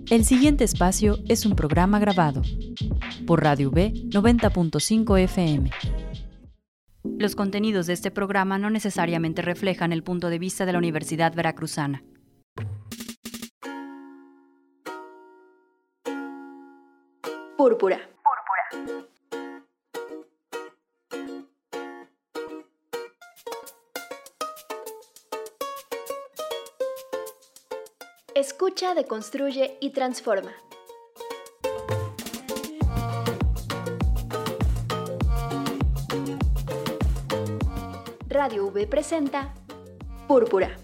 El siguiente espacio es un programa grabado por Radio V 90.5 FM. Los contenidos de este programa no necesariamente reflejan el punto de vista de la Universidad Veracruzana. Púrpura. Escucha, deconstruye y transforma. Radio V presenta Púrpura.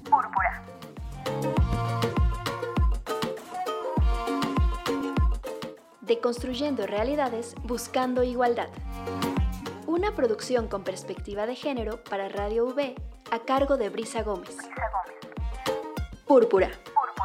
Deconstruyendo realidades, buscando igualdad. Una producción con perspectiva de género para Radio V a cargo de Brisa Gómez. Púrpura.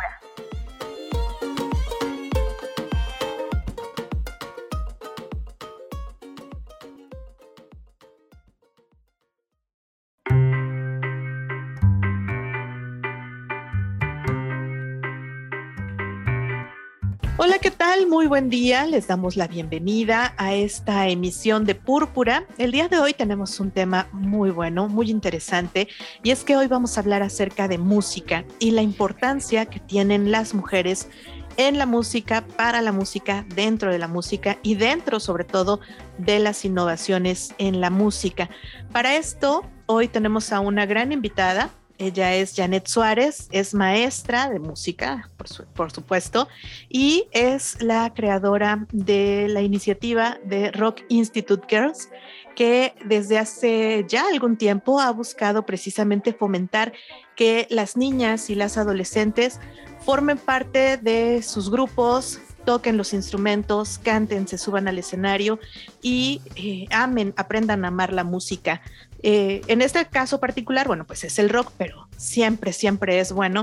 Hola, ¿qué tal? Muy buen día. Les damos la bienvenida a esta emisión de Púrpura. El día de hoy tenemos un tema muy bueno, muy interesante, y es que hoy vamos a hablar acerca de música y la importancia que tienen las mujeres en la música, para la música, dentro de la música y dentro, sobre todo, de las innovaciones en la música. Para esto, hoy tenemos a una gran invitada. Ella es Janet Suárez, es maestra de música, por supuesto, y es la creadora de la iniciativa de Rock Institute Girls, que desde hace ya algún tiempo ha buscado precisamente fomentar que las niñas y las adolescentes formen parte de sus grupos, toquen los instrumentos, canten, se suban al escenario y amen, aprendan a amar la música. En este caso particular, bueno, pues es el rock, pero siempre es bueno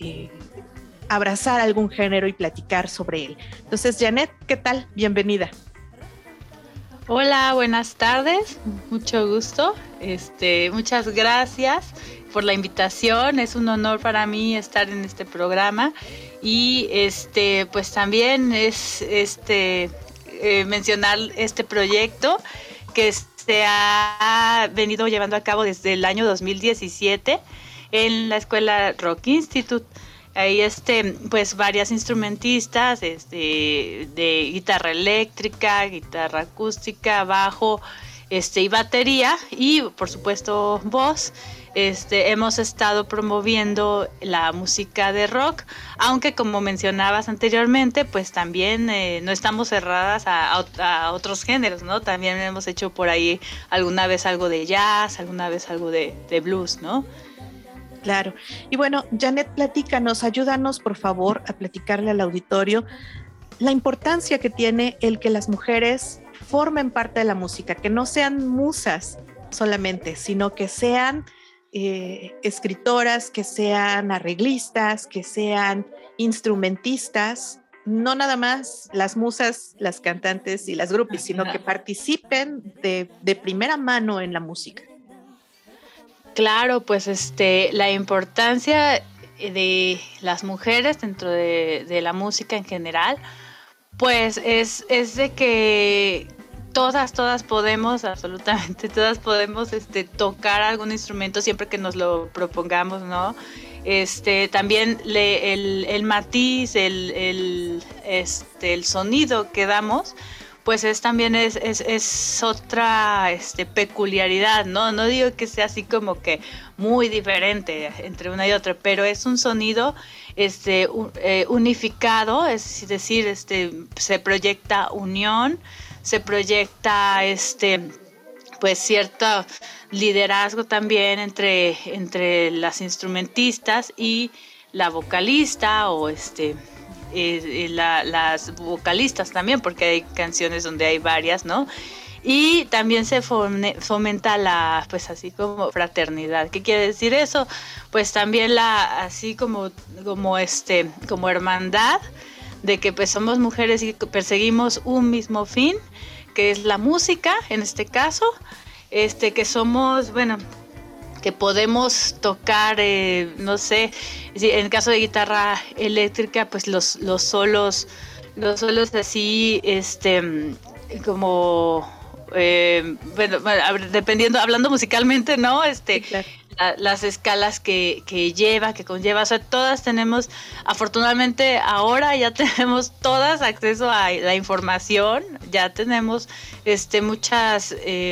abrazar algún género y platicar sobre él. Entonces, Janet, ¿qué tal? Bienvenida. Hola, buenas tardes, mucho gusto. Muchas gracias por la invitación. Es un honor para mí estar en este programa y pues también es mencionar este proyecto que se ha venido llevando a cabo desde el año 2017 en la escuela Rock Institute. Ahí pues varias instrumentistas de guitarra eléctrica, guitarra acústica, bajo y batería y por supuesto voz. Hemos estado promoviendo la música de rock, aunque como mencionabas anteriormente, pues también no estamos cerradas a otros géneros, ¿no? También hemos hecho por ahí alguna vez algo de jazz, alguna vez algo de blues, ¿no? Claro. Y bueno, Janet, platícanos, ayúdanos por favor a platicarle al auditorio la importancia que tiene el que las mujeres formen parte de la música, que no sean musas solamente, sino que sean escritoras, que sean arreglistas, que sean instrumentistas, no nada más las musas, las cantantes y las groupies, sino que participen de primera mano en la música. Claro, pues la importancia de las mujeres dentro de la música en general, pues es de que todas podemos, absolutamente todas podemos tocar algún instrumento siempre que nos lo propongamos, ¿no? También el matiz, el sonido que damos, pues también es otra peculiaridad, ¿no? No digo que sea así como que muy diferente entre una y otra, pero es un sonido unificado, es decir, se proyecta unión, se proyecta pues cierto liderazgo también entre las instrumentistas y la vocalista o las vocalistas también, porque hay canciones donde hay varias, ¿no? Y también se fomenta pues así como fraternidad. ¿Qué quiere decir eso? Pues también así como hermandad, de que pues somos mujeres y perseguimos un mismo fin, que es la música, en este caso, que somos, bueno, que podemos tocar, no sé, en el caso de guitarra eléctrica, pues los solos así, como, bueno, dependiendo, hablando musicalmente, ¿no? Sí, claro. Las escalas que conlleva, o sea, todas tenemos, afortunadamente ahora ya tenemos todas acceso a la información, ya tenemos muchas,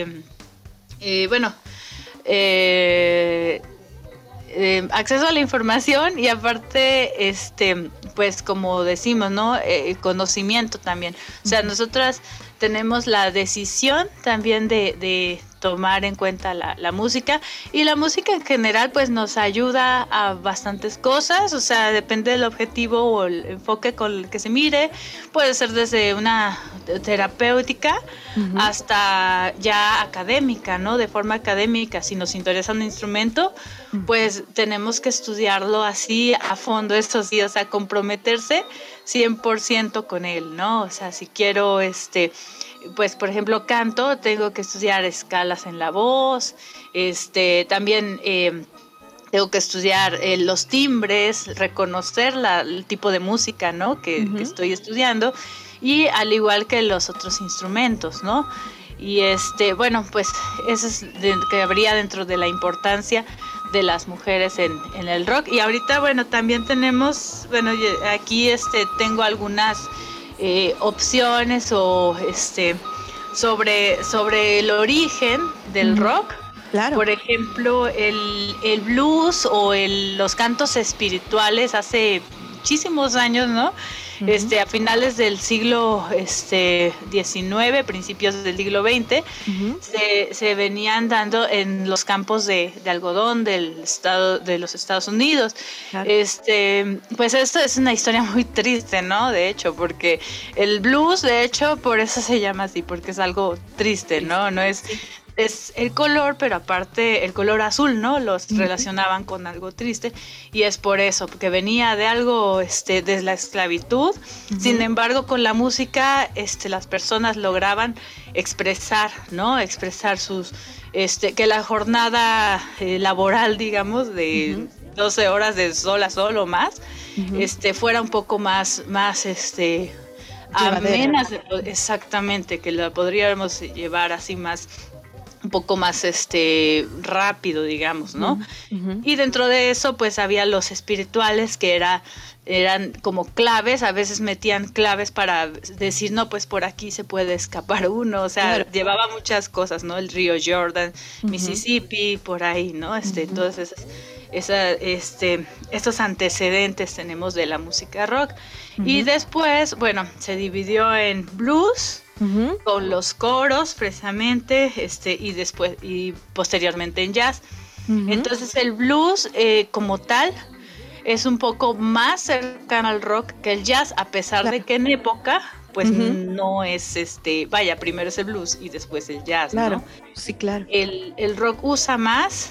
acceso a la información y aparte, pues como decimos, ¿no? Conocimiento también. O sea, nosotras tenemos la decisión también de tomar en cuenta la música, y la música en general pues nos ayuda a bastantes cosas, o sea, depende del objetivo o el enfoque con el que se mire, puede ser desde una terapéutica hasta ya académica, ¿no? De forma académica, si nos interesa un instrumento, pues tenemos que estudiarlo así a fondo, eso sí, o sea, comprometerse 100% con él, ¿no? O sea, si quiero, pues por ejemplo canto, tengo que estudiar escalas en la voz, también tengo que estudiar los timbres, reconocer el tipo de música, ¿no? que estoy estudiando, y al igual que los otros instrumentos, ¿no? Y bueno, pues eso es que habría dentro de la importancia de las mujeres en el rock. Y ahorita, bueno, también tenemos, bueno, aquí tengo algunas opciones o sobre el origen del rock. Claro. Por ejemplo, el blues o los cantos espirituales hace muchísimos años, ¿no? A finales del siglo XIX, principios del siglo XX, se venían dando en los campos de algodón de los Estados Unidos. Claro. Pues esto es una historia muy triste, ¿no? De hecho, porque el blues, de hecho, por eso se llama así, porque es algo triste, ¿no? No es... Es el color, pero aparte el color azul, ¿no? Los relacionaban con algo triste, y es por eso, porque venía de algo de la esclavitud. Sin embargo, con la música las personas lograban expresar, ¿no? Expresar sus que la jornada laboral, digamos, de 12 horas de sol a sol o más, fuera un poco más amenas, exactamente, que la podríamos llevar así más, un poco más rápido, digamos, ¿no? Y dentro de eso pues había los espirituales, que eran como claves, a veces metían claves para decir, no, pues por aquí se puede escapar uno, o sea, claro, llevaba muchas cosas, ¿no? El río Jordan, Mississippi, por ahí, ¿no? Todos estos antecedentes tenemos de la música rock. Y después, bueno, se dividió en blues, con los coros precisamente, y posteriormente en jazz. Entonces el blues como tal es un poco más cercano al rock que el jazz, a pesar de que en época pues no es vaya, primero es el blues y después el jazz, claro, ¿no? Sí, claro. El rock usa más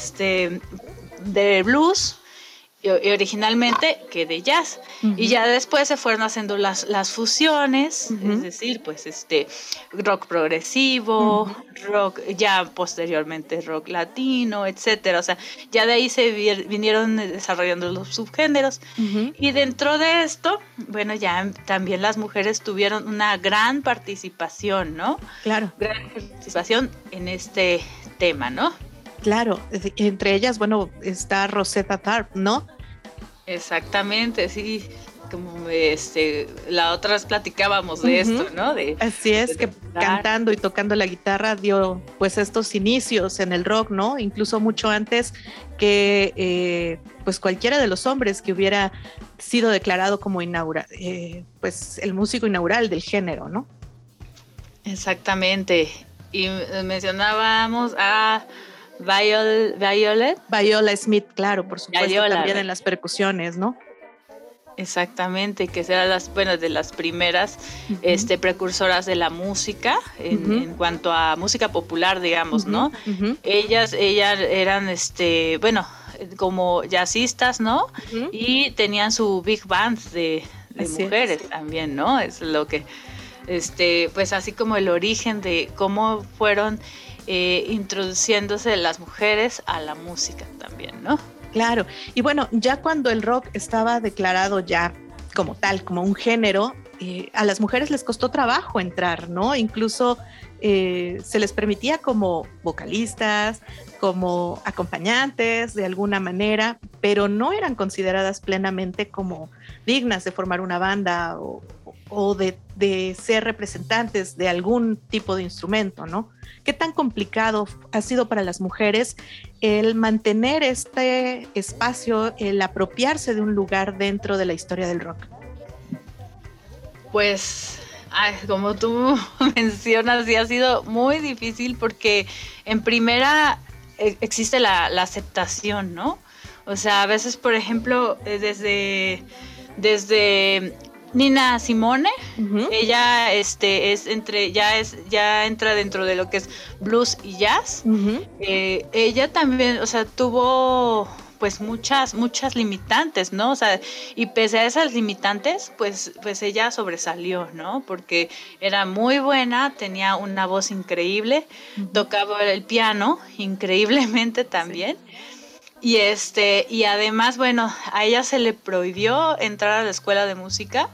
de blues originalmente que de jazz, y ya después se fueron haciendo las fusiones, es decir, pues rock progresivo, rock, ya posteriormente rock latino, etcétera. O sea, ya de ahí se vinieron desarrollando los subgéneros, y dentro de esto, bueno, ya también las mujeres tuvieron una gran participación, ¿no? Claro. Gran participación en este tema, ¿no? Claro, entre ellas, bueno, está Rosetta Tharpe, ¿no? Exactamente, sí, como la otra vez platicábamos de esto, ¿no? Así es, que cantando y tocando la guitarra dio pues estos inicios en el rock, ¿no? Incluso mucho antes que pues cualquiera de los hombres que hubiera sido declarado como pues el músico inaugural del género, ¿no? Exactamente, y mencionábamos a Viola Smith, claro, por supuesto, también en las percusiones, ¿no? Exactamente, que será de las primeras precursoras de la música en cuanto a música popular, digamos, ¿no? Ellas eran como jazzistas, ¿no? Y tenían su big band de mujeres también, ¿no? Es lo que pues así como el origen de cómo fueron introduciéndose las mujeres a la música también, ¿no? Claro, y bueno, ya cuando el rock estaba declarado ya como tal, como un género, a las mujeres les costó trabajo entrar, ¿no? Incluso se les permitía como vocalistas, como acompañantes de alguna manera, pero no eran consideradas plenamente como dignas de formar una banda o de ser representantes de algún tipo de instrumento, ¿no? ¿Qué tan complicado ha sido para las mujeres el mantener este espacio, el apropiarse de un lugar dentro de la historia del rock? Pues, como tú mencionas, sí ha sido muy difícil porque en primera existe la aceptación, ¿no? O sea, a veces, por ejemplo, desde Nina Simone, uh-huh. Ella ya entra dentro de lo que es blues y jazz. Uh-huh. Ella también, o sea, tuvo pues muchas limitantes, ¿no? O sea, y pese a esas limitantes, pues ella sobresalió, ¿no? Porque era muy buena, tenía una voz increíble, uh-huh. Tocaba el piano increíblemente también. Sí. Y además, bueno, a ella se le prohibió entrar a la escuela de música.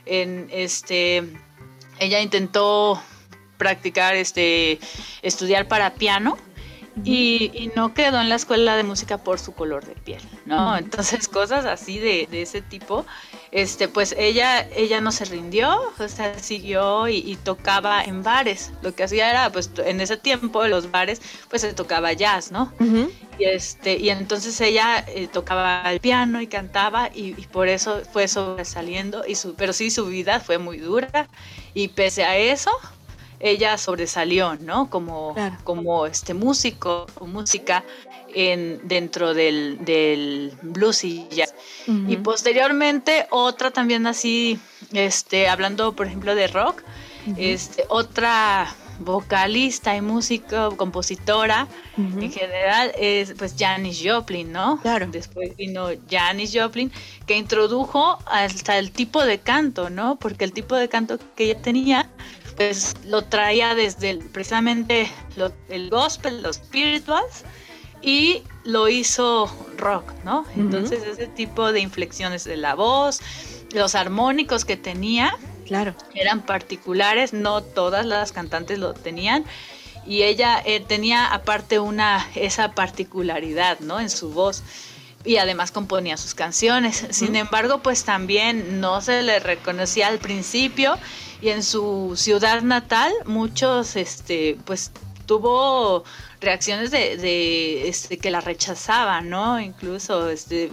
Ella intentó practicar, estudiar para piano. Y no quedó en la escuela de música por su color de piel, ¿no? Entonces cosas así de ese tipo, pues ella no se rindió, o sea, siguió y tocaba en bares. Lo que hacía era, pues en ese tiempo en los bares, pues se tocaba jazz, ¿no? Uh-huh. Y entonces ella tocaba el piano y cantaba y por eso fue sobresaliendo, pero sí su vida fue muy dura y pese a eso, ella sobresalió, ¿no? Como músico o música dentro del blues y jazz. Uh-huh. Y posteriormente otra también así, hablando por ejemplo de rock, uh-huh. Otra vocalista y música, compositora, uh-huh. En general es pues Janis Joplin, ¿no? Claro. Después vino Janis Joplin, que introdujo hasta el tipo de canto, ¿no? Porque el tipo de canto que ella tenía pues lo traía desde precisamente el gospel, los spirituals, y lo hizo rock, ¿no? Uh-huh. Entonces ese tipo de inflexiones de la voz, los armónicos que tenía, claro, eran particulares, no todas las cantantes lo tenían, y ella tenía aparte esa particularidad, ¿no? En su voz. Y además componía sus canciones. Uh-huh. Sin embargo, pues también no se le reconocía al principio, y en su ciudad natal muchos pues tuvo reacciones de que la rechazaban, ¿no? Incluso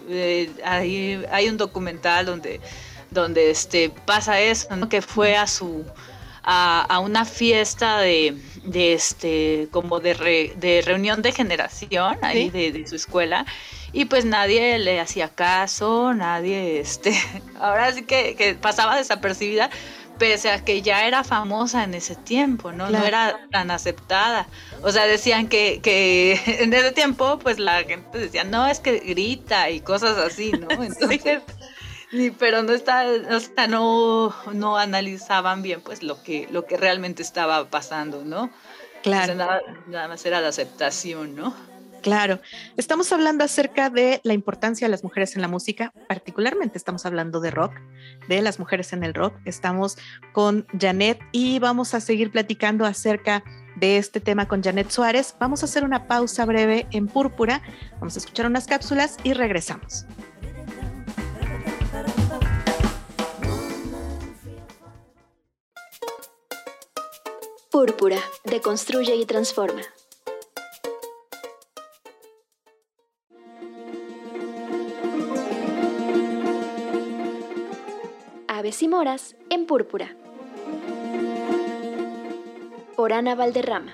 hay un documental donde pasa eso, ¿no? Que fue a una fiesta como de reunión de generación ahí, ¿sí? de su escuela. Y pues nadie le hacía caso, nadie, ahora sí que pasaba desapercibida, pese a que ya era famosa en ese tiempo, ¿no? Claro. No era tan aceptada. O sea, decían que en ese tiempo, pues la gente decía, no, es que grita y cosas así, ¿no? Entonces, sí, pero no analizaban bien, pues lo que realmente estaba pasando, ¿no? Claro. O sea, nada más era la aceptación, ¿no? Claro, estamos hablando acerca de la importancia de las mujeres en la música, particularmente estamos hablando de rock, de las mujeres en el rock. Estamos con Janet y vamos a seguir platicando acerca de este tema con Janet Suárez. Vamos a hacer una pausa breve en Púrpura, vamos a escuchar unas cápsulas y regresamos. Púrpura, deconstruye y transforma. Aves y moras en Púrpura. Por Ana Valderrama.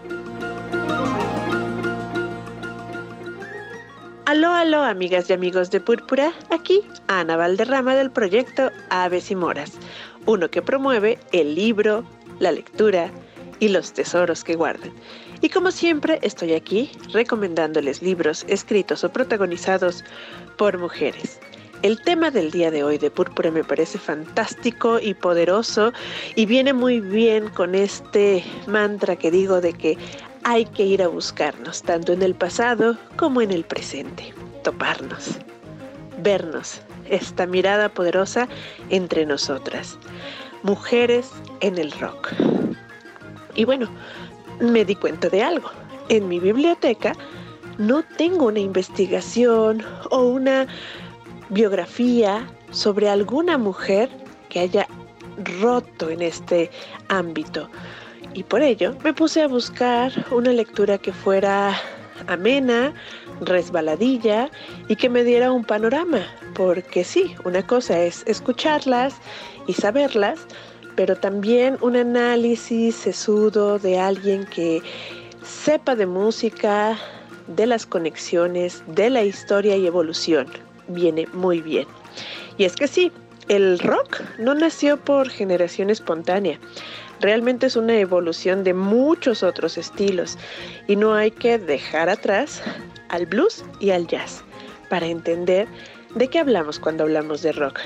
Aló, amigas y amigos de Púrpura. Aquí Ana Valderrama del proyecto Aves y Moras, uno que promueve el libro, la lectura y los tesoros que guardan. Y como siempre estoy aquí recomendándoles libros escritos o protagonizados por mujeres. El tema del día de hoy de Púrpura me parece fantástico y poderoso y viene muy bien con este mantra que digo de que hay que ir a buscarnos, tanto en el pasado como en el presente. Toparnos, vernos, esta mirada poderosa entre nosotras. Mujeres en el rock. Y bueno, me di cuenta de algo. En mi biblioteca no tengo una investigación o una biografía sobre alguna mujer que haya roto en este ámbito. Y por ello me puse a buscar una lectura que fuera amena, resbaladilla y que me diera un panorama. Porque sí, una cosa es escucharlas y saberlas, pero también un análisis sesudo de alguien que sepa de música, de las conexiones, de la historia y evolución. Viene muy bien. Y es que sí, el rock no nació por generación espontánea. Realmente es una evolución de muchos otros estilos y no hay que dejar atrás al blues y al jazz para entender de qué hablamos cuando hablamos de rock.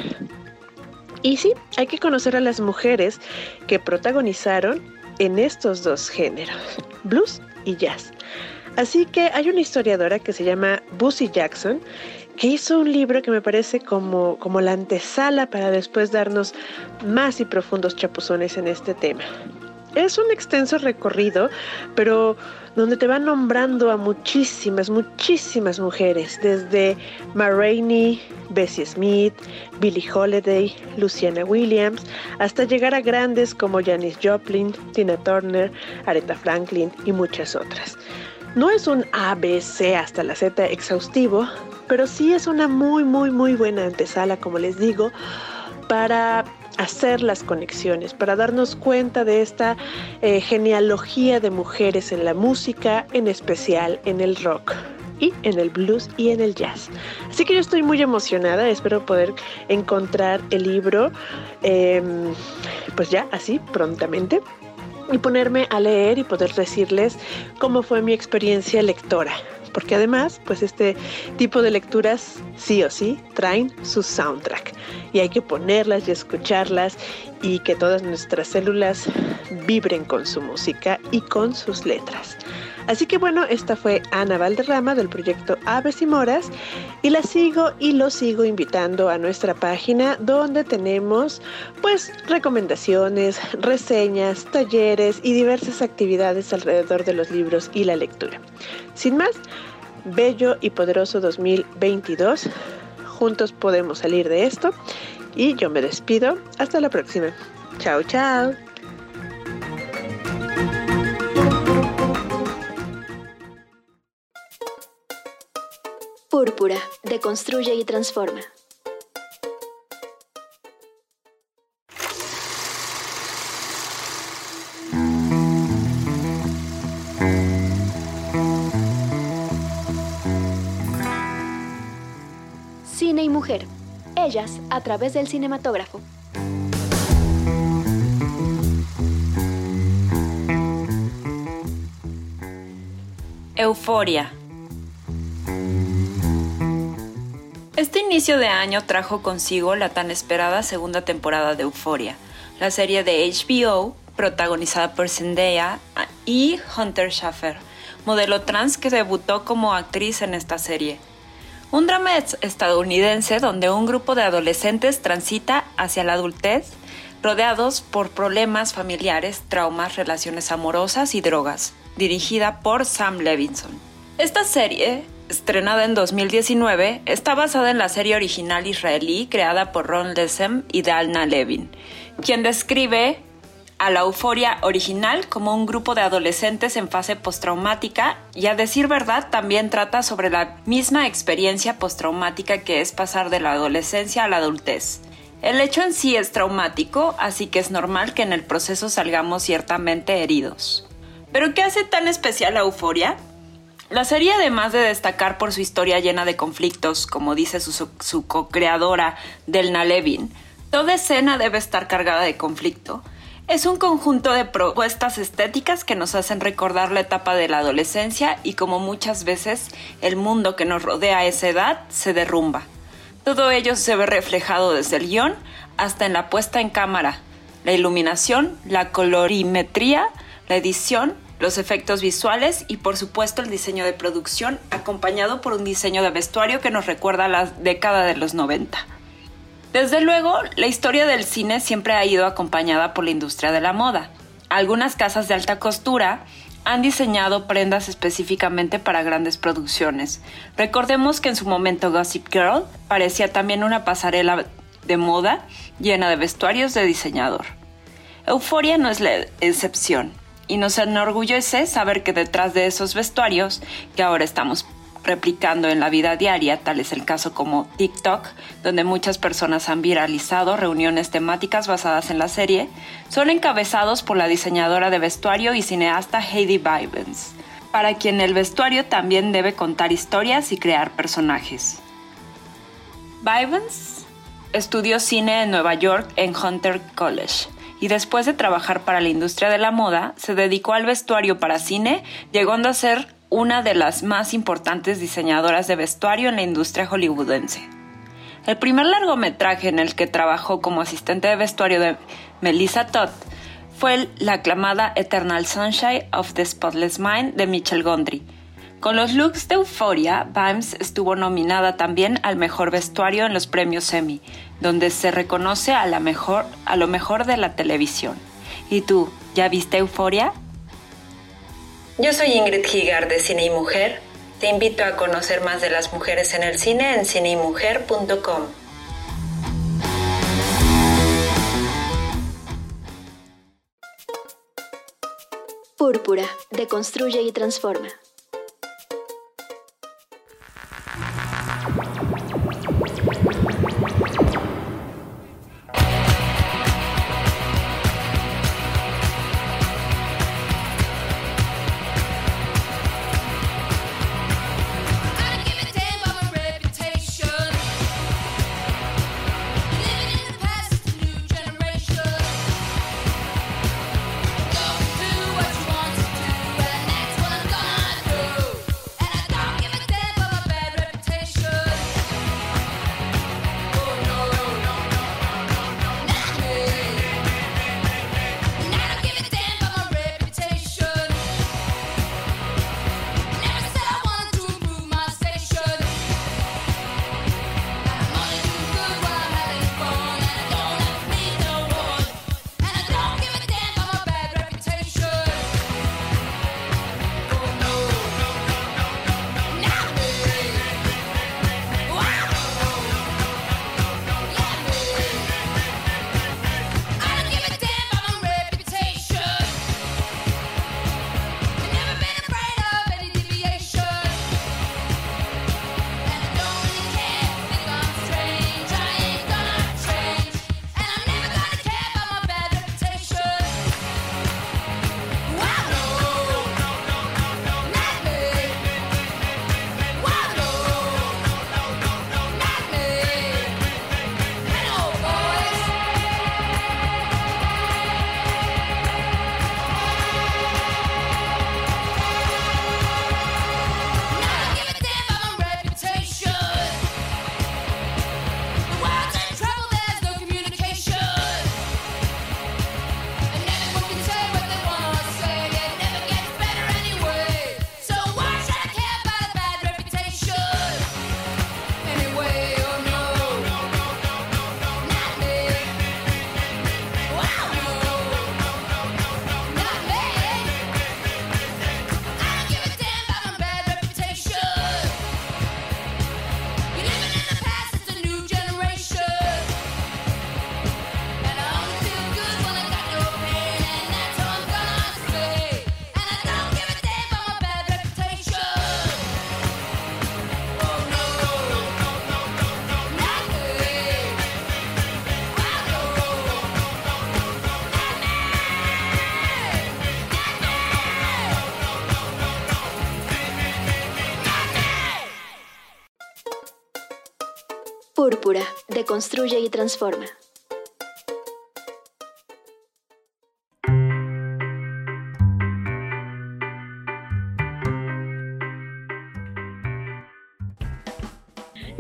Y sí, hay que conocer a las mujeres que protagonizaron en estos dos géneros, blues y jazz. Así que hay una historiadora que se llama Busy Jackson, que hizo un libro que me parece como la antesala para después darnos más y profundos chapuzones en este tema. Es un extenso recorrido, pero donde te van nombrando a muchísimas mujeres, desde Ma Rainey, Bessie Smith, Billie Holiday, Luciana Williams, hasta llegar a grandes como Janis Joplin, Tina Turner, Aretha Franklin y muchas otras. No es un ABC hasta la Z exhaustivo, pero sí es una muy buena antesala, como les digo, para hacer las conexiones, para darnos cuenta de esta genealogía de mujeres en la música, en especial en el rock y en el blues y en el jazz. Así que yo estoy muy emocionada, espero poder encontrar el libro pues ya así prontamente y ponerme a leer y poder decirles cómo fue mi experiencia lectora. Porque además, pues este tipo de lecturas sí o sí traen su soundtrack y hay que ponerlas y escucharlas y que todas nuestras células vibren con su música y con sus letras. Así que bueno, esta fue Ana Valderrama del proyecto Aves y Moras y la sigo y lo sigo invitando a nuestra página donde tenemos pues recomendaciones, reseñas, talleres y diversas actividades alrededor de los libros y la lectura. Sin más, bello y poderoso 2022. Juntos podemos salir de esto y yo me despido. Hasta la próxima. Chao, chao. Púrpura, deconstruye y transforma. Cine y mujer, ellas a través del cinematógrafo. Euforia. Este inicio de año trajo consigo la tan esperada segunda temporada de Euforia, la serie de HBO protagonizada por Zendaya y Hunter Schafer, modelo trans que debutó como actriz en esta serie. Un drama estadounidense donde un grupo de adolescentes transita hacia la adultez rodeados por problemas familiares, traumas, relaciones amorosas y drogas, dirigida por Sam Levinson. Esta serie, estrenada en 2019, está basada en la serie original israelí creada por Ron Lessem y Dalna Levin, quien describe a la Euforia original como un grupo de adolescentes en fase postraumática y, a decir verdad, también trata sobre la misma experiencia postraumática que es pasar de la adolescencia a la adultez. El hecho en sí es traumático, así que es normal que en el proceso salgamos ciertamente heridos. ¿Pero qué hace tan especial a Euforia? La serie, además de destacar por su historia llena de conflictos, como dice su co-creadora Delna Levin, toda escena debe estar cargada de conflicto. Es un conjunto de propuestas estéticas que nos hacen recordar la etapa de la adolescencia y como muchas veces el mundo que nos rodea a esa edad se derrumba. Todo ello se ve reflejado desde el guión hasta en la puesta en cámara, la iluminación, la colorimetría, la edición, los efectos visuales y por supuesto el diseño de producción, acompañado por un diseño de vestuario que nos recuerda a la década de los 90. Desde luego, la historia del cine siempre ha ido acompañada por la industria de la moda. Algunas casas de alta costura han diseñado prendas específicamente para grandes producciones. Recordemos que en su momento Gossip Girl parecía también una pasarela de moda llena de vestuarios de diseñador. Euphoria no es la excepción y nos enorgullece saber que detrás de esos vestuarios que ahora estamos replicando en la vida diaria, tal es el caso como TikTok, donde muchas personas han viralizado reuniones temáticas basadas en la serie, son encabezados por la diseñadora de vestuario y cineasta Heidi Vivens, para quien el vestuario también debe contar historias y crear personajes. Vivens estudió cine en Nueva York en Hunter College y después de trabajar para la industria de la moda, se dedicó al vestuario para cine, llegando a ser una de las más importantes diseñadoras de vestuario en la industria hollywoodense. El primer largometraje en el que trabajó como asistente de vestuario de Melissa Todd fue la aclamada Eternal Sunshine of the Spotless Mind de Michel Gondry. Con los looks de Euphoria, Vivens estuvo nominada también al mejor vestuario en los premios Emmy, donde se reconoce a lo mejor de la televisión. ¿Y tú, ya viste Euphoria? Yo soy Ingrid Higar de Cine y Mujer. Te invito a conocer más de las mujeres en el cine en cineymujer.com. Púrpura, deconstruye y transforma. Púrpura, deconstruye y transforma.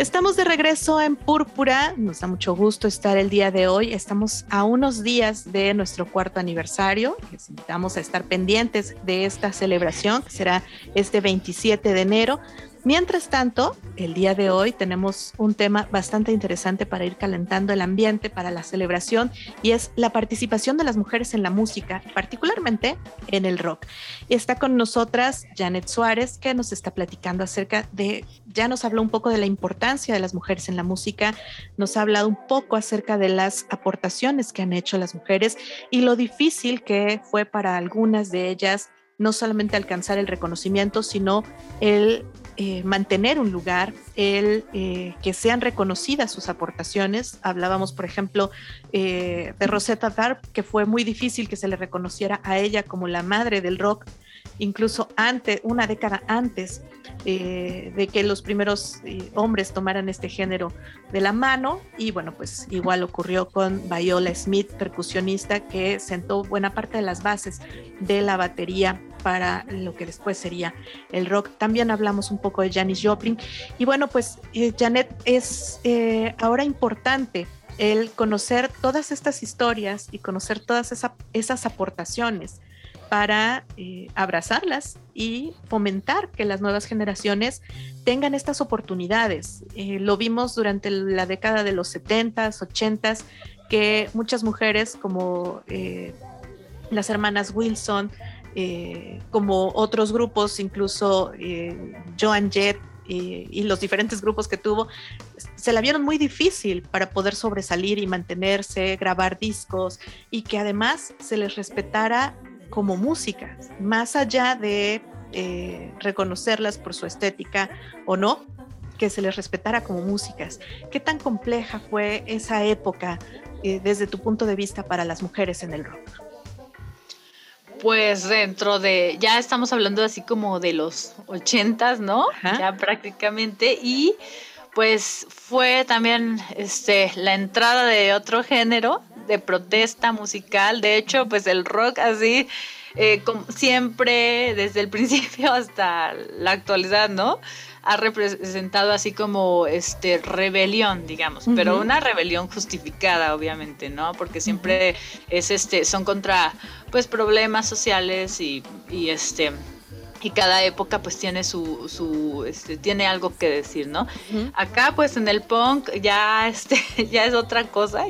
Estamos de regreso en Púrpura, nos da mucho gusto estar el día de hoy, estamos a unos días de nuestro 4º aniversario, les invitamos a estar pendientes de esta celebración que será este 27 de enero. Mientras tanto, el día de hoy tenemos un tema bastante interesante para ir calentando el ambiente para la celebración y es la participación de las mujeres en la música, particularmente en el rock. Y está con nosotras Janet Suárez, que nos está platicando acerca de, ya nos habló un poco de la importancia de las mujeres en la música, nos ha hablado un poco acerca de las aportaciones que han hecho las mujeres y lo difícil que fue para algunas de ellas no solamente alcanzar el reconocimiento, sino el mantener un lugar, que sean reconocidas sus aportaciones. Hablábamos, por ejemplo, de Rosetta Tharpe, que fue muy difícil que se le reconociera a ella como la madre del rock, incluso una década antes de que los primeros hombres tomaran este género de la mano. Y bueno, pues igual ocurrió con Viola Smith, percusionista, que sentó buena parte de las bases de la batería para lo que después sería el rock. También hablamos un poco de Janis Joplin. Y bueno, pues Janet, es ahora importante el conocer todas estas historias y conocer todas esas aportaciones para abrazarlas y fomentar que las nuevas generaciones tengan estas oportunidades. Lo vimos durante la década de los 70s, 80s, que muchas mujeres como las hermanas Wilson, como otros grupos, incluso Joan Jett y los diferentes grupos que tuvo, se la vieron muy difícil para poder sobresalir y mantenerse, grabar discos, y que además se les respetara como músicas, más allá de reconocerlas por su estética o no, que se les respetara como músicas. ¿Qué tan compleja fue esa época desde tu punto de vista para las mujeres en el rock? Pues ya estamos hablando así como de los 80s, ¿no? Ajá. Ya prácticamente, y pues fue también la entrada de otro género de protesta musical. De hecho, pues el rock así, como siempre, desde el principio hasta la actualidad, ¿no? Ha representado así como rebelión, digamos, uh-huh. Pero una rebelión justificada, obviamente, ¿no? Porque siempre es son contra pues problemas sociales y cada época pues tiene tiene algo que decir, ¿no? Uh-huh. Acá pues en el punk ya es otra cosa,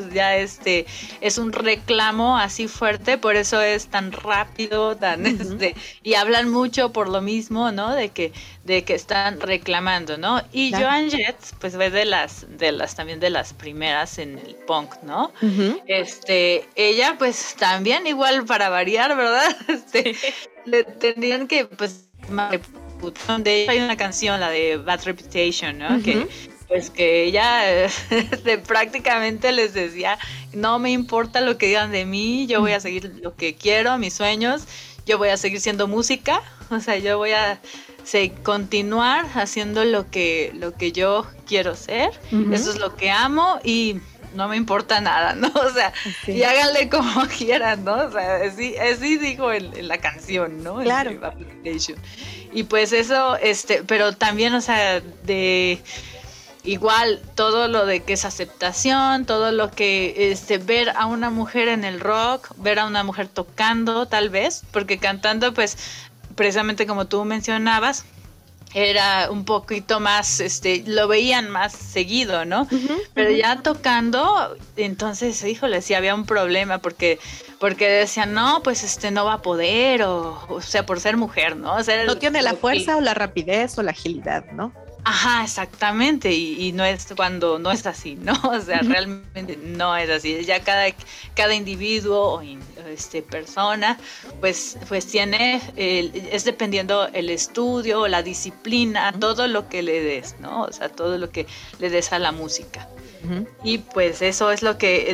es un reclamo así fuerte, por eso es tan rápido, tan uh-huh. Y hablan mucho por lo mismo, ¿no? De que están reclamando, ¿no? Y claro. Joan Jett pues fue de las también de las primeras en el punk, ¿no? Uh-huh. Ella pues también igual para variar, ¿verdad? Le tenían que, pues, de ella hay una canción, la de Bad Reputation, ¿no? Uh-huh. Que ella prácticamente les decía, no me importa lo que digan de mí, yo voy a seguir lo que quiero, mis sueños, yo voy a seguir siendo música, o sea, yo voy a continuar haciendo lo que yo quiero ser, uh-huh. Eso es lo que amo y no me importa nada, ¿no? O sea, sí. Y háganle como quieran, ¿no? O sea, así dijo en la canción, ¿no? Claro. Y pues eso, pero también, o sea, de igual todo lo de que es aceptación, todo lo que ver a una mujer en el rock, ver a una mujer tocando, tal vez, porque cantando, pues, precisamente como tú mencionabas, era un poquito más, lo veían más seguido, ¿no? Uh-huh, pero ya tocando, entonces, híjole, sí había un problema porque decían, no, pues no va a poder, o sea, por ser mujer, ¿no? O sea, no tiene la fuerza o la rapidez o la agilidad, ¿no? Ajá, exactamente, y no es cuando no es así, ¿no? O sea, uh-huh. Realmente no es así. Ya cada individuo o persona, pues tiene, es dependiendo el estudio, la disciplina, uh-huh. Todo lo que le des, ¿no? O sea, todo lo que le des a la música. Uh-huh. Y pues eso es lo que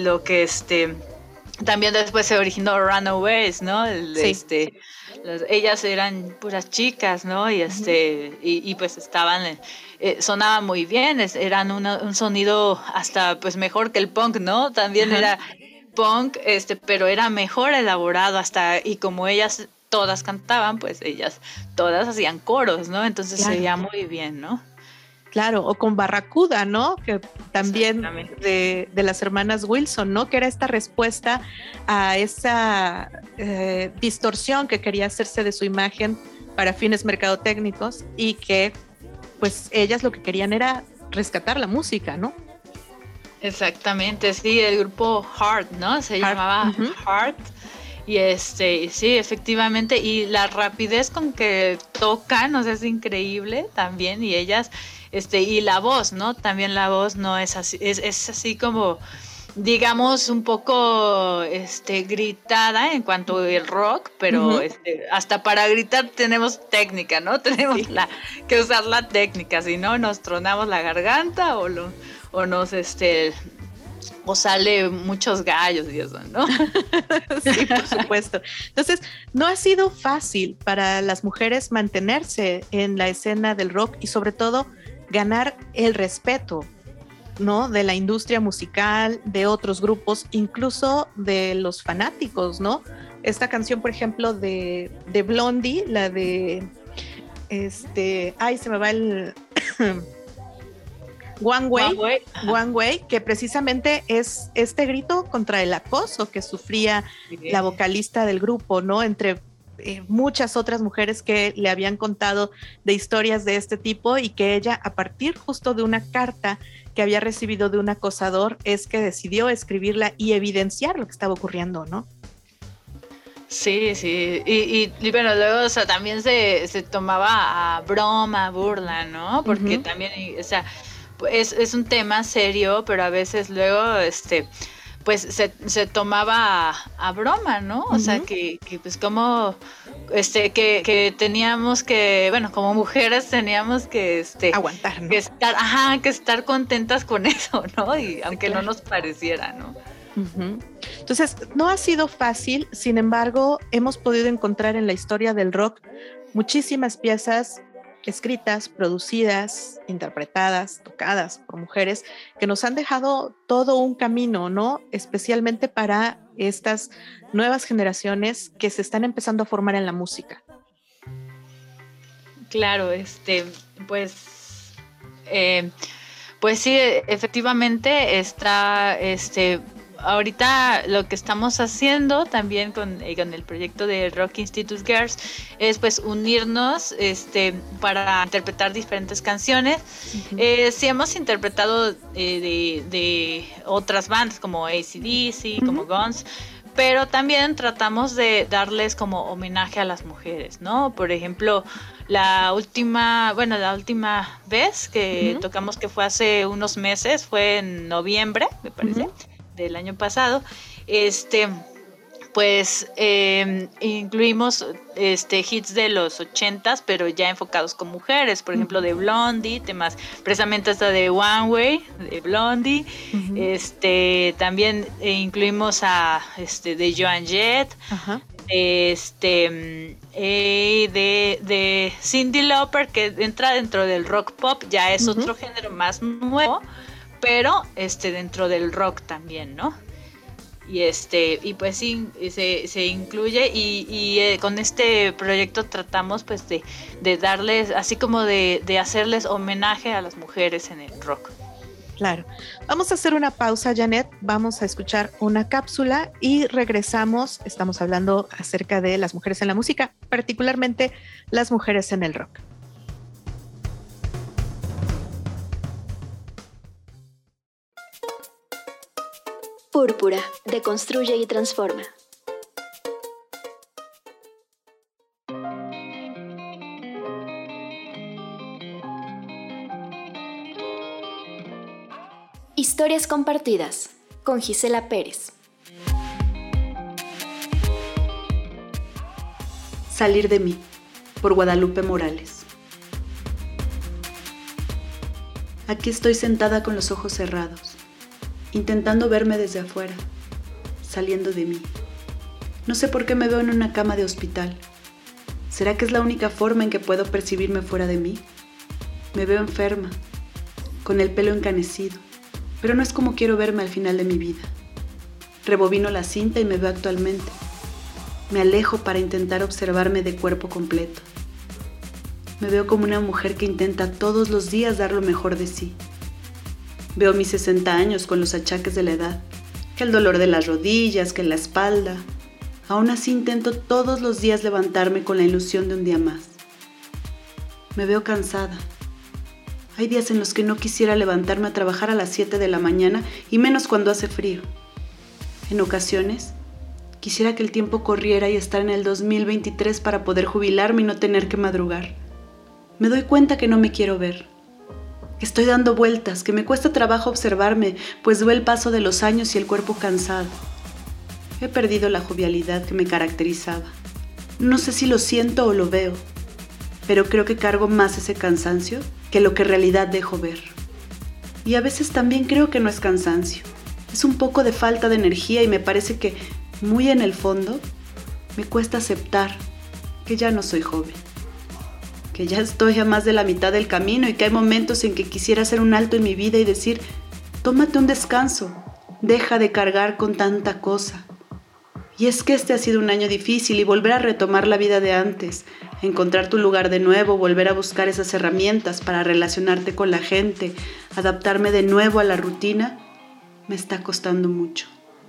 también después se originó Runaways, ¿no? Sí. Ellas eran puras chicas, ¿no? Y uh-huh. y pues estaban, sonaban muy bien, eran un sonido hasta pues mejor que el punk, ¿no? También uh-huh. Era punk, pero era mejor elaborado y como ellas todas cantaban, pues ellas todas hacían coros, ¿no? Entonces claro. Se veía muy bien, ¿no? Claro, o con Barracuda, ¿no? Que también de las hermanas Wilson, ¿no? Que era esta respuesta a esa distorsión que quería hacerse de su imagen para fines mercadotécnicos y que pues ellas lo que querían era rescatar la música, ¿no? Exactamente, sí, el grupo Heart, ¿no? Se llamaba Heart. Y sí, efectivamente, y la rapidez con que tocan, o sea, es increíble también, y ellas, y la voz, ¿no? También la voz no es así, es así como, digamos, un poco, gritada en cuanto al rock, pero hasta para gritar tenemos técnica, ¿no? Tenemos que usar la técnica, si no nos tronamos la garganta o nos, o sale muchos gallos y eso, ¿no? Sí, por supuesto. Entonces, no ha sido fácil para las mujeres mantenerse en la escena del rock y sobre todo ganar el respeto, ¿no? De la industria musical, de otros grupos, incluso de los fanáticos, ¿no? Esta canción, por ejemplo, de Blondie, la de se me va el One Way, que precisamente es este grito contra el acoso que sufría la vocalista del grupo, ¿no? Entre muchas otras mujeres que le habían contado de historias de este tipo y que ella, a partir justo de una carta que había recibido de un acosador, es que decidió escribirla y evidenciar lo que estaba ocurriendo, ¿no? Sí, y bueno, luego, o sea, también se tomaba a broma, burla, ¿no? Porque también, o sea, es un tema serio, pero a veces luego, pues se tomaba a broma, ¿no? O sea, que pues como, que teníamos que, bueno, como mujeres teníamos que, aguantar, ¿no? que estar contentas con eso, ¿no? Y aunque no nos pareciera, ¿no? Entonces, no ha sido fácil, sin embargo, hemos podido encontrar en la historia del rock muchísimas piezas escritas, producidas, interpretadas, tocadas por mujeres que nos han dejado todo un camino, ¿no? Especialmente para estas nuevas generaciones que se están empezando a formar en la música. Claro, pues sí, efectivamente está, ahorita lo que estamos haciendo también con el proyecto de Rock Institute Girls es pues unirnos para interpretar diferentes canciones. Sí hemos interpretado de otras bandas como AC/DC, como Guns, pero también tratamos de darles como homenaje a las mujeres, ¿no? Por ejemplo, la última vez que tocamos, que fue hace unos meses, fue en noviembre, me parece, del año pasado, pues incluimos hits de los 80s, pero ya enfocados con mujeres, por ejemplo de Blondie, temas precisamente hasta de One Way, de Blondie, también incluimos a de Joan Jett, de Cyndi Lauper, que entra dentro del rock pop, ya es otro género más nuevo, pero dentro del rock también, ¿no? Y pues sí, se incluye y con este proyecto tratamos pues de darles, así como de hacerles homenaje a las mujeres en el rock. Claro. Vamos a hacer una pausa, Janet, vamos a escuchar una cápsula y regresamos. Estamos hablando acerca de las mujeres en la música, particularmente las mujeres en el rock. Púrpura, deconstruye y transforma. Historias compartidas con Gisela Pérez. Salir de mí, por Guadalupe Morales. Aquí estoy sentada con los ojos cerrados, intentando verme desde afuera, saliendo de mí. No sé por qué me veo en una cama de hospital. ¿Será que es la única forma en que puedo percibirme fuera de mí? Me veo enferma, con el pelo encanecido, pero no es como quiero verme al final de mi vida. Rebobino la cinta y me veo actualmente. Me alejo para intentar observarme de cuerpo completo. Me veo como una mujer que intenta todos los días dar lo mejor de sí. Veo mis 60 años con los achaques de la edad, que el dolor de las rodillas, que la espalda. Aún así intento todos los días levantarme con la ilusión de un día más. Me veo cansada. Hay días en los que no quisiera levantarme a trabajar a las 7 de la mañana y menos cuando hace frío. En ocasiones, quisiera que el tiempo corriera y estar en el 2023 para poder jubilarme y no tener que madrugar. Me doy cuenta que no me quiero ver, que estoy dando vueltas, que me cuesta trabajo observarme, pues veo el paso de los años y el cuerpo cansado. He perdido la jovialidad que me caracterizaba. No sé si lo siento o lo veo, pero creo que cargo más ese cansancio que lo que en realidad dejo ver. Y a veces también creo que no es cansancio. Es un poco de falta de energía y me parece que, muy en el fondo, me cuesta aceptar que ya no soy joven. Que ya estoy a más de la mitad del camino y que hay momentos en que quisiera hacer un alto en mi vida y decir, tómate un descanso, deja de cargar con tanta cosa. Y es que este ha sido un año difícil y volver a retomar la vida de antes, encontrar tu lugar de nuevo, volver a buscar esas herramientas para relacionarte con la gente, adaptarme de nuevo a la rutina, me está costando mucho.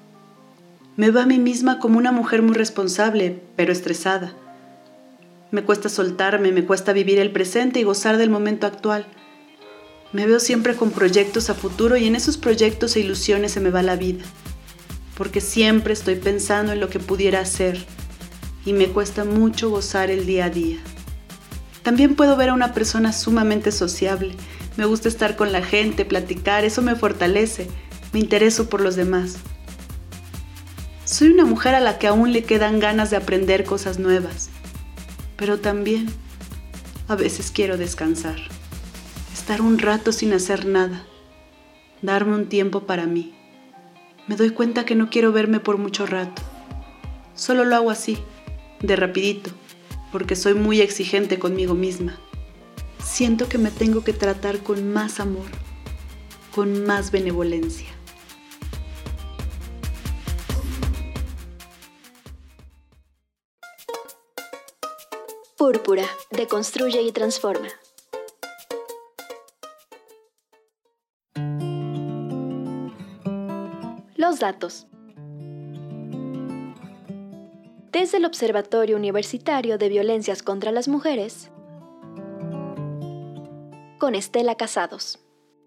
Me veo a mí misma como una mujer muy responsable, pero estresada. Me cuesta soltarme, me cuesta vivir el presente y gozar del momento actual. Me veo siempre con proyectos a futuro y en esos proyectos e ilusiones se me va la vida. Porque siempre estoy pensando en lo que pudiera hacer y me cuesta mucho gozar el día a día. También puedo ver a una persona sumamente sociable. Me gusta estar con la gente, platicar, eso me fortalece. Me intereso por los demás. Soy una mujer a la que aún le quedan ganas de aprender cosas nuevas. Pero también a veces quiero descansar. Estar un rato sin hacer nada. Darme un tiempo para mí. Me doy cuenta que no quiero verme por mucho rato. Solo lo hago así, de rapidito, porque soy muy exigente conmigo misma. Siento que me tengo que tratar con más amor, con más benevolencia. Púrpura, deconstruye y transforma. Los datos. Desde el Observatorio Universitario de Violencias contra las Mujeres, con Estela Casados.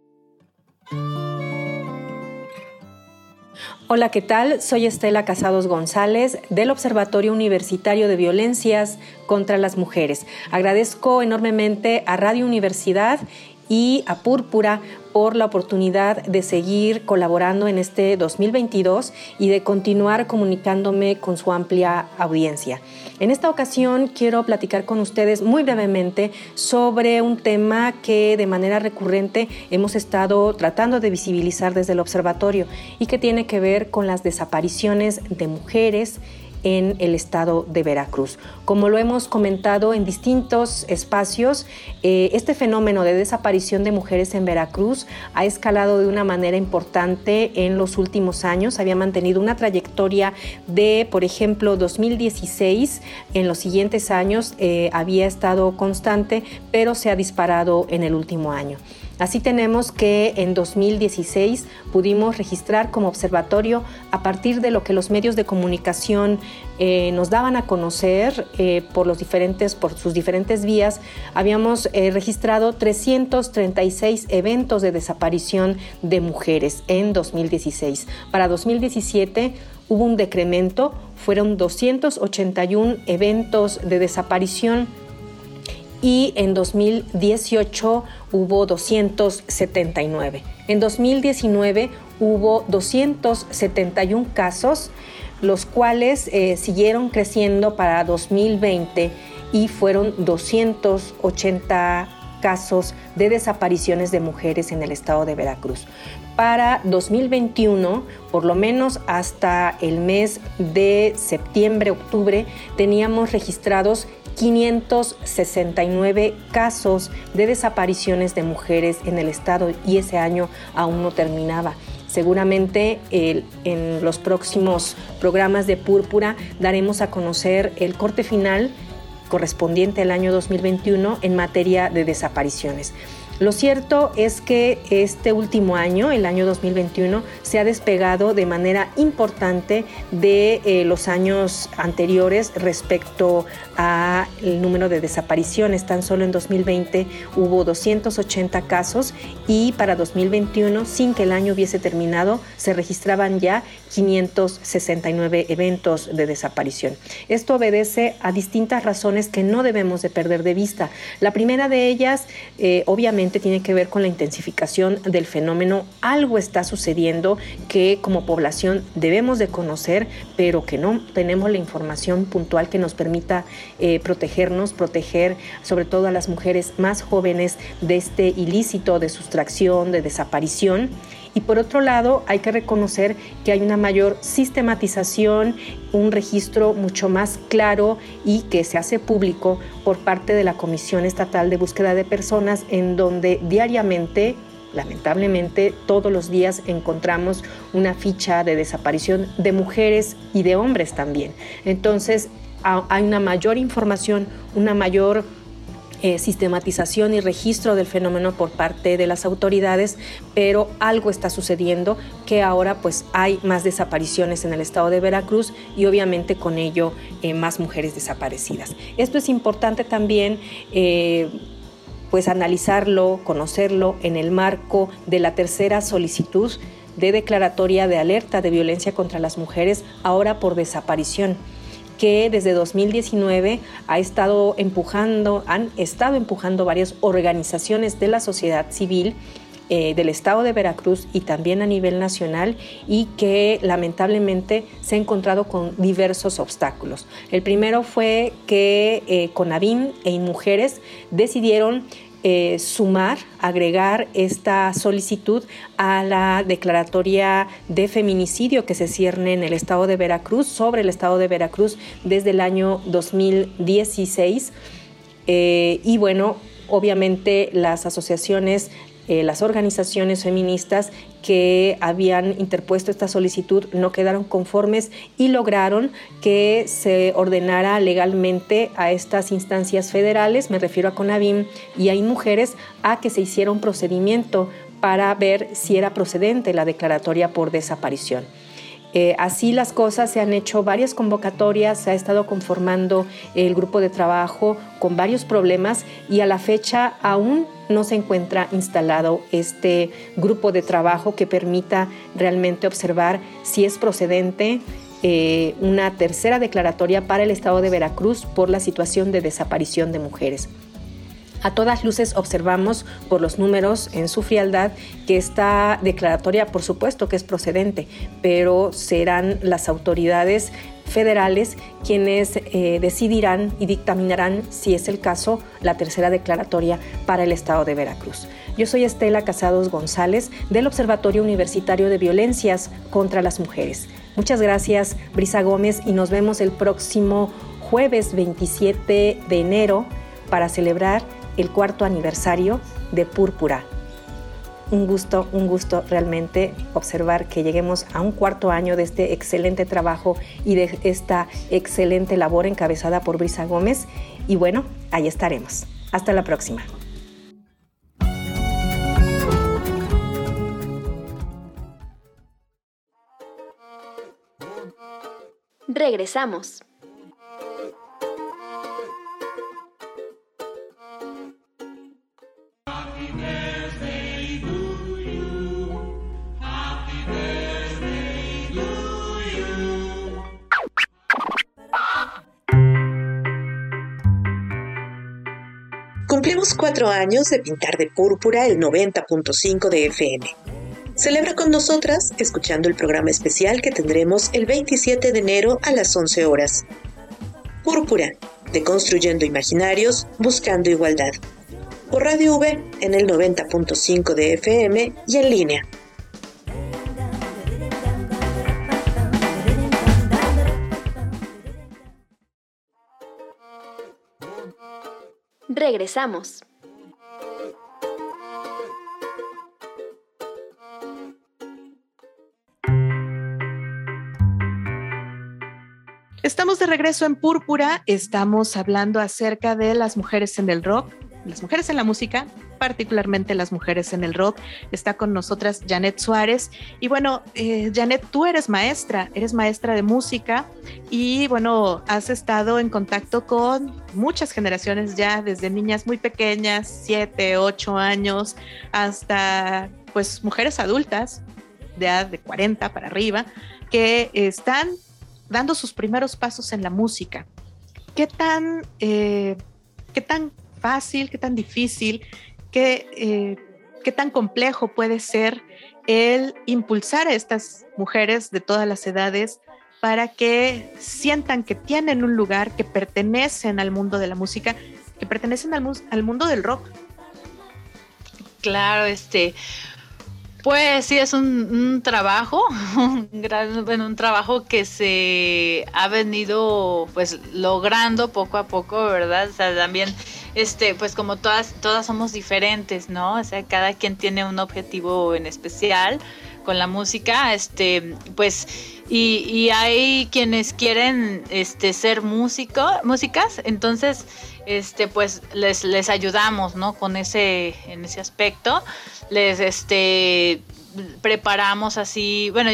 Hola, ¿qué tal? Soy Estela Casados González del Observatorio Universitario de Violencias contra las Mujeres. Agradezco enormemente a Radio Universidad y a Púrpura por la oportunidad de seguir colaborando en este 2022 y de continuar comunicándome con su amplia audiencia. En esta ocasión quiero platicar con ustedes muy brevemente sobre un tema que de manera recurrente hemos estado tratando de visibilizar desde el observatorio y que tiene que ver con las desapariciones de mujeres en el estado de Veracruz. Como lo hemos comentado en distintos espacios, este fenómeno de desaparición de mujeres en Veracruz ha escalado de una manera importante en los últimos años. Había mantenido una trayectoria de, por ejemplo, 2016. En los siguientes años había estado constante, pero se ha disparado en el último año. Así tenemos que en 2016 pudimos registrar como observatorio, a partir de lo que los medios de comunicación nos daban a conocer por sus diferentes vías, habíamos registrado 336 eventos de desaparición de mujeres en 2016. Para 2017 hubo un decremento, fueron 281 eventos de desaparición, y en 2018 hubo 279. En 2019 hubo 271 casos, los cuales siguieron creciendo para 2020 y fueron 280 casos de desapariciones de mujeres en el estado de Veracruz. Para 2021, por lo menos hasta el mes de septiembre-octubre, teníamos registrados 569 casos de desapariciones de mujeres en el estado y ese año aún no terminaba. Seguramente en los próximos programas de Púrpura daremos a conocer el corte final correspondiente al año 2021 en materia de desapariciones. Lo cierto es que este último año, el año 2021, se ha despegado de manera importante de los años anteriores respecto al número de desapariciones. Tan solo en 2020 hubo 280 casos y para 2021, sin que el año hubiese terminado, se registraban ya 569 eventos de desaparición. Esto obedece a distintas razones que no debemos de perder de vista. La primera de ellas, obviamente, tiene que ver con la intensificación del fenómeno. Algo está sucediendo que como población debemos de conocer, pero que no tenemos la información puntual que nos permita proteger sobre todo a las mujeres más jóvenes de este ilícito de sustracción, de desaparición. Y por otro lado, hay que reconocer que hay una mayor sistematización, un registro mucho más claro y que se hace público por parte de la Comisión Estatal de Búsqueda de Personas, en donde diariamente, lamentablemente, todos los días encontramos una ficha de desaparición de mujeres y de hombres también. Entonces, hay una mayor información, una mayor sistematización y registro del fenómeno por parte de las autoridades, pero algo está sucediendo que ahora pues hay más desapariciones en el estado de Veracruz y obviamente con ello más mujeres desaparecidas. Esto es importante también pues analizarlo, conocerlo en el marco de la tercera solicitud de declaratoria de alerta de violencia contra las mujeres, ahora por desaparición, que desde 2019 han estado empujando varias organizaciones de la sociedad civil del estado de Veracruz y también a nivel nacional, y que lamentablemente se ha encontrado con diversos obstáculos. El primero fue que CONAVIM e InMujeres decidieron agregar esta solicitud a la declaratoria de feminicidio que se cierne en el estado de Veracruz, sobre el estado de Veracruz desde el año 2016. Y bueno, obviamente las asociaciones, las organizaciones feministas que habían interpuesto esta solicitud no quedaron conformes y lograron que se ordenara legalmente a estas instancias federales, me refiero a CONAVIM y a InMujeres, a que se hiciera un procedimiento para ver si era procedente la declaratoria por desaparición. Así las cosas, se han hecho varias convocatorias, se ha estado conformando el grupo de trabajo con varios problemas y a la fecha aún no se encuentra instalado este grupo de trabajo que permita realmente observar si es procedente una tercera declaratoria para el estado de Veracruz por la situación de desaparición de mujeres. A todas luces observamos por los números en su frialdad que esta declaratoria, por supuesto que es procedente, pero serán las autoridades federales quienes decidirán y dictaminarán, si es el caso, la tercera declaratoria para el estado de Veracruz. Yo soy Estela Casados González del Observatorio Universitario de Violencias contra las Mujeres. Muchas gracias, Brisa Gómez, y nos vemos el próximo jueves 27 de enero para celebrar el 4º aniversario de Púrpura. Un gusto realmente observar que lleguemos a un 4º año de este excelente trabajo y de esta excelente labor encabezada por Brisa Gómez. Y bueno, ahí estaremos. Hasta la próxima. Regresamos. Cumplimos 4 años de pintar de púrpura el 90.5 de FM. Celebra con nosotras escuchando el programa especial que tendremos el 27 de enero a las 11 horas. Púrpura, deconstruyendo imaginarios, buscando igualdad. Por Radio V en el 90.5 de FM y en línea. Regresamos. Estamos de regreso en Púrpura, estamos hablando acerca de las mujeres en el rock, las mujeres en la música, particularmente las mujeres en el rock. Está con nosotras Janet Suárez. Y bueno, Janet, tú eres maestra de música y bueno, has estado en contacto con muchas generaciones ya, desde niñas muy pequeñas, 7, 8 años, hasta pues mujeres adultas de edad de 40 para arriba, que están dando sus primeros pasos en la música. ¿Qué tan fácil, qué tan difícil, qué tan complejo puede ser el impulsar a estas mujeres de todas las edades para que sientan que tienen un lugar, que pertenecen al mundo de la música, que pertenecen al mundo del rock? Claro, pues sí, es un trabajo, un trabajo que se ha venido pues logrando poco a poco, ¿verdad? O sea, también, pues como todas somos diferentes, ¿no? O sea, cada quien tiene un objetivo en especial con la música, pues, y hay quienes quieren, ser músicas, entonces, pues les ayudamos, ¿no? En ese aspecto. Les preparamos así, bueno,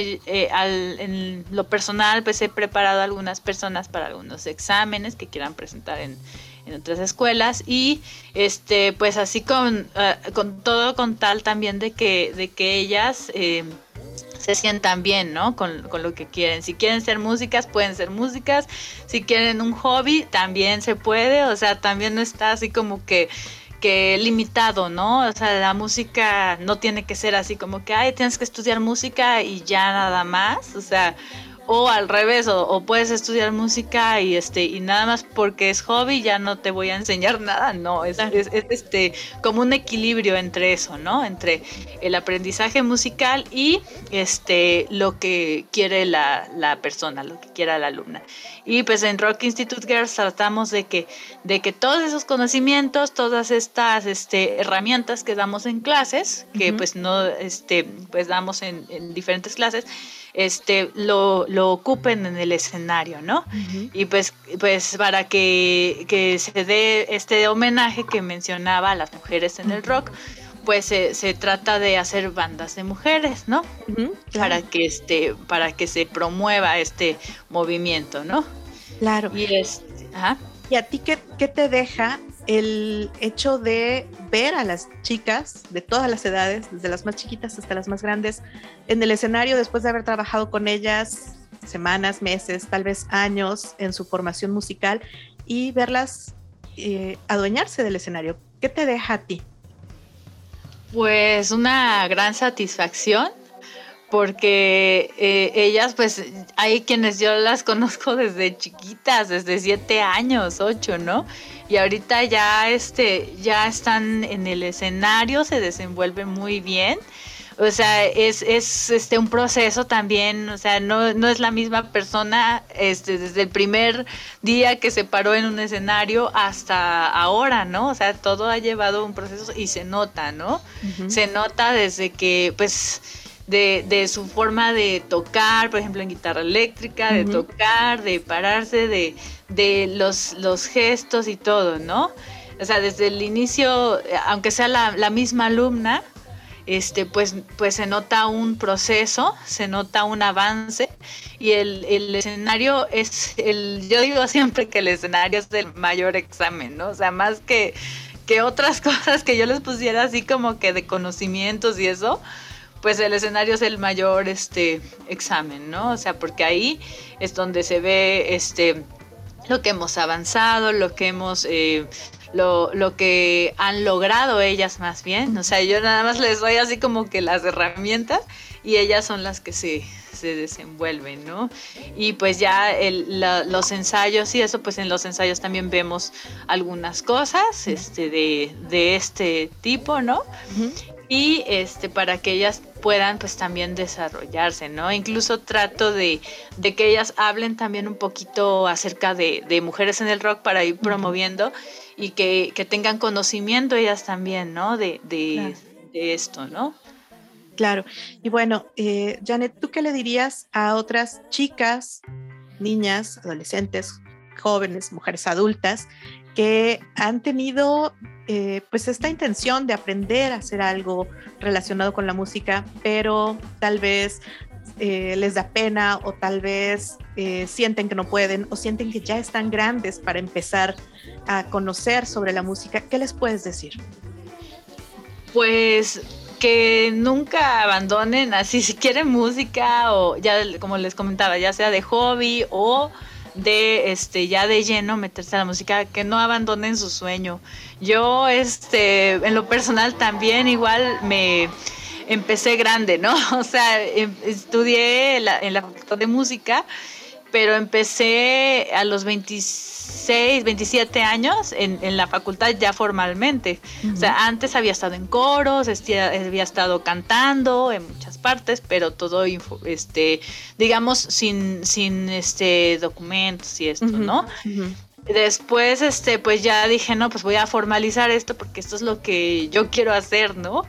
en lo personal pues he preparado a algunas personas para algunos exámenes que quieran presentar en otras escuelas y pues así con todo con tal también de que ellas se sientan bien, ¿no? Con lo que quieren. Si quieren ser músicas, pueden ser músicas. Si quieren un hobby, también se puede. O sea, también no está así como que limitado, ¿no? O sea, la música no tiene que ser así como que, tienes que estudiar música y ya nada más. O sea, o al revés, o puedes estudiar música y nada más porque es hobby ya no te voy a enseñar nada. No, es como un equilibrio entre eso, ¿no? Entre el aprendizaje musical y lo que quiere la persona, lo que quiera la alumna. Y pues en Rock Institute Girls tratamos de que todos esos conocimientos, todas estas herramientas que damos en clases, que pues no pues damos en diferentes clases, lo ocupen en el escenario, ¿no? Uh-huh. Y pues para que se dé este homenaje que mencionaba a las mujeres en el rock, pues se trata de hacer bandas de mujeres, ¿no? Uh-huh, claro. Para que se promueva este movimiento, ¿no? Claro. Y ¿Y a ti qué te deja el hecho de ver a las chicas de todas las edades, desde las más chiquitas hasta las más grandes, en el escenario después de haber trabajado con ellas semanas, meses, tal vez años en su formación musical y verlas adueñarse del escenario? ¿Qué te deja a ti? Pues una gran satisfacción, porque ellas, pues hay quienes yo las conozco desde chiquitas, desde 7 años, 8, ¿no? Y ahorita ya están en el escenario, se desenvuelven muy bien. O sea, es un proceso también, o sea, no es la misma persona desde el primer día que se paró en un escenario hasta ahora, ¿no? O sea, todo ha llevado un proceso y se nota, ¿no? Uh-huh. Se nota desde que, pues, de su forma de tocar, por ejemplo, en guitarra eléctrica, uh-huh, de tocar, de pararse, de los gestos y todo, ¿no? O sea, desde el inicio, aunque sea la misma alumna, pues se nota un proceso, se nota un avance, y el escenario yo digo siempre que el escenario es el mayor examen, ¿no? O sea, más que otras cosas que yo les pusiera así como que de conocimientos y eso, pues el escenario es el mayor examen, ¿no? O sea, porque ahí es donde se ve lo que hemos avanzado, lo que hemos lo que han logrado ellas más bien. O sea, yo nada más les doy así como que las herramientas y ellas son las que se desenvuelven, ¿no? Y pues ya los ensayos y eso, pues en los ensayos también vemos algunas cosas de este tipo, ¿no? Uh-huh. Y para que ellas puedan pues también desarrollarse, ¿no? Incluso trato de que ellas hablen también un poquito acerca de mujeres en el rock para ir promoviendo, y que tengan conocimiento ellas también, ¿no? De esto, ¿no? Claro. Y bueno, Janet, ¿tú qué le dirías a otras chicas niñas, adolescentes, jóvenes, mujeres adultas que han tenido pues esta intención de aprender a hacer algo relacionado con la música, pero tal vez les da pena o tal vez sienten que no pueden o sienten que ya están grandes para empezar a conocer sobre la música. ¿Qué les puedes decir? Pues que nunca abandonen, así si quieren música o ya como les comentaba, ya sea de hobby o de ya de lleno meterse a la música, que no abandonen su sueño. Yo en lo personal también igual me empecé grande, ¿no? O sea, estudié en la facultad de música, pero empecé a los 26, 27 años en la facultad ya formalmente. Uh-huh. O sea, antes había estado en coros, había estado cantando en muchas partes, pero todo, digamos, sin documentos y esto, uh-huh, ¿no? Uh-huh. Después, pues ya dije, no, pues voy a formalizar esto porque esto es lo que yo quiero hacer, ¿no?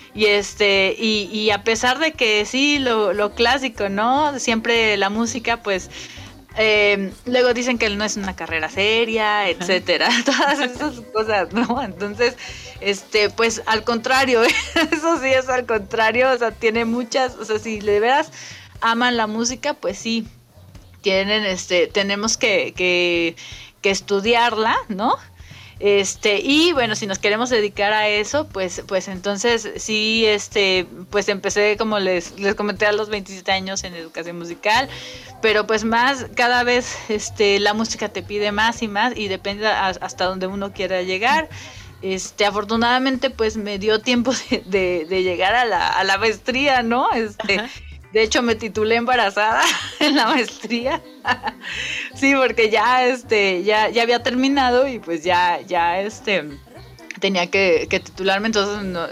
Y a pesar de que sí, lo clásico, ¿no? Siempre la música, pues, luego dicen que no es una carrera seria, etcétera, todas esas cosas, ¿no? Entonces, pues, al contrario, eso sí es al contrario, o sea, tiene muchas, o sea, si de veras aman la música, pues sí, tenemos que estudiarla, ¿no? Y bueno, si nos queremos dedicar a eso, pues entonces sí, pues empecé, como les comenté, a los 27 años en educación musical, pero pues más, cada vez la música te pide más y más y depende hasta donde uno quiera llegar. Afortunadamente pues me dio tiempo de llegar a la maestría, ¿no? De hecho, me titulé embarazada en la maestría. Sí, porque ya había terminado y pues ya tenía que titularme. Entonces, no,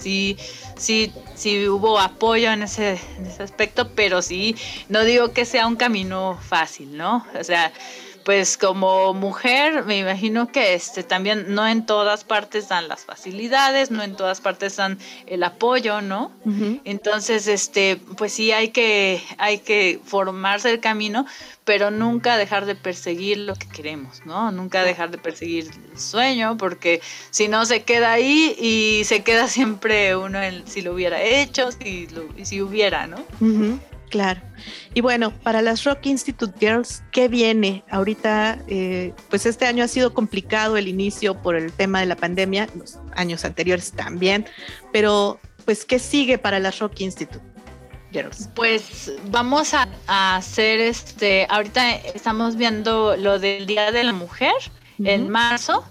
sí hubo apoyo en ese aspecto, pero sí, no digo que sea un camino fácil, ¿no? O sea, pues como mujer me imagino que también no en todas partes dan las facilidades, no en todas partes dan el apoyo, ¿no? Uh-huh. Entonces, pues sí hay que formarse el camino, pero nunca dejar de perseguir lo que queremos, ¿no? Nunca dejar de perseguir el sueño, porque si no se queda ahí y se queda siempre uno en si lo hubiera hecho, si hubiera, ¿no? Uh-huh. Claro. Y bueno, para las Rock Institute Girls, ¿qué viene? Ahorita, pues este año ha sido complicado el inicio por el tema de la pandemia, los años anteriores también, pero pues, ¿qué sigue para las Rock Institute Girls? Pues vamos a hacer, ahorita estamos viendo lo del Día de la Mujer, uh-huh, en marzo,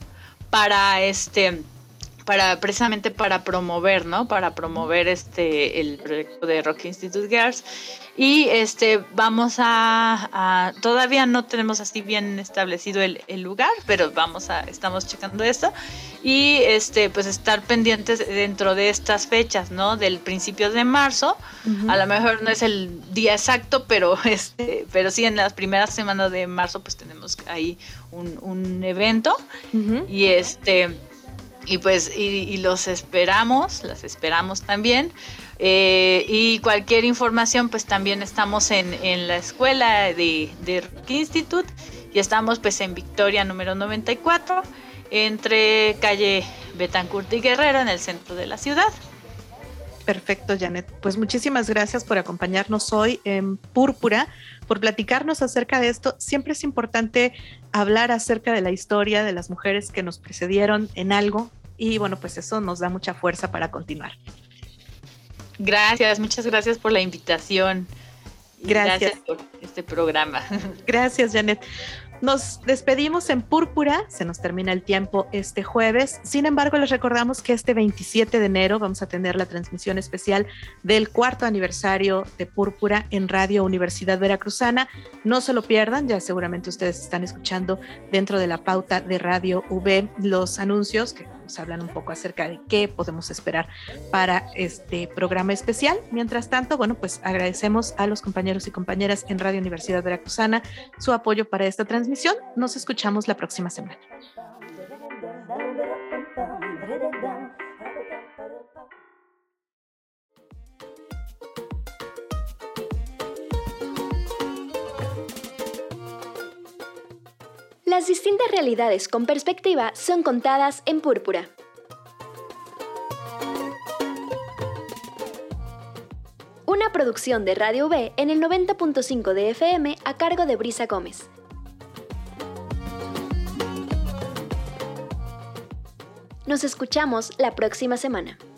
precisamente para promover, ¿no? Para promover el proyecto de Rock Institute Girls. Y vamos a todavía no tenemos así bien establecido el lugar, pero estamos checando esto y pues estar pendientes dentro de estas fechas, ¿no? Del principio de marzo. Uh-huh. A lo mejor no es el día exacto, pero sí en las primeras semanas de marzo pues tenemos ahí un evento. Uh-huh. Y pues las esperamos también. Y cualquier información, pues también estamos en la escuela de Rock Institute y estamos pues en Victoria número 94, entre calle Betancourt y Guerrero, en el centro de la ciudad. Perfecto, Janet. Pues muchísimas gracias por acompañarnos hoy en Púrpura, por platicarnos acerca de esto. Siempre es importante hablar acerca de la historia de las mujeres que nos precedieron en algo y bueno, pues eso nos da mucha fuerza para continuar. Gracias, muchas gracias por la invitación. Gracias por este programa. Gracias, Janet. Nos despedimos en Púrpura, se nos termina el tiempo este jueves. Sin embargo, les recordamos que este 27 de enero vamos a tener la transmisión especial del 4º aniversario de Púrpura en Radio Universidad Veracruzana. No se lo pierdan, ya seguramente ustedes están escuchando dentro de la pauta de Radio V los anuncios que nos hablan un poco acerca de qué podemos esperar para este programa especial. Mientras tanto, bueno, pues agradecemos a los compañeros y compañeras en Radio Universidad Veracruzana su apoyo para esta transmisión. Nos escuchamos la próxima semana. Las distintas realidades con perspectiva son contadas en Púrpura. Una producción de Radio V en el 90.5 de FM a cargo de Brisa Gómez. Nos escuchamos la próxima semana.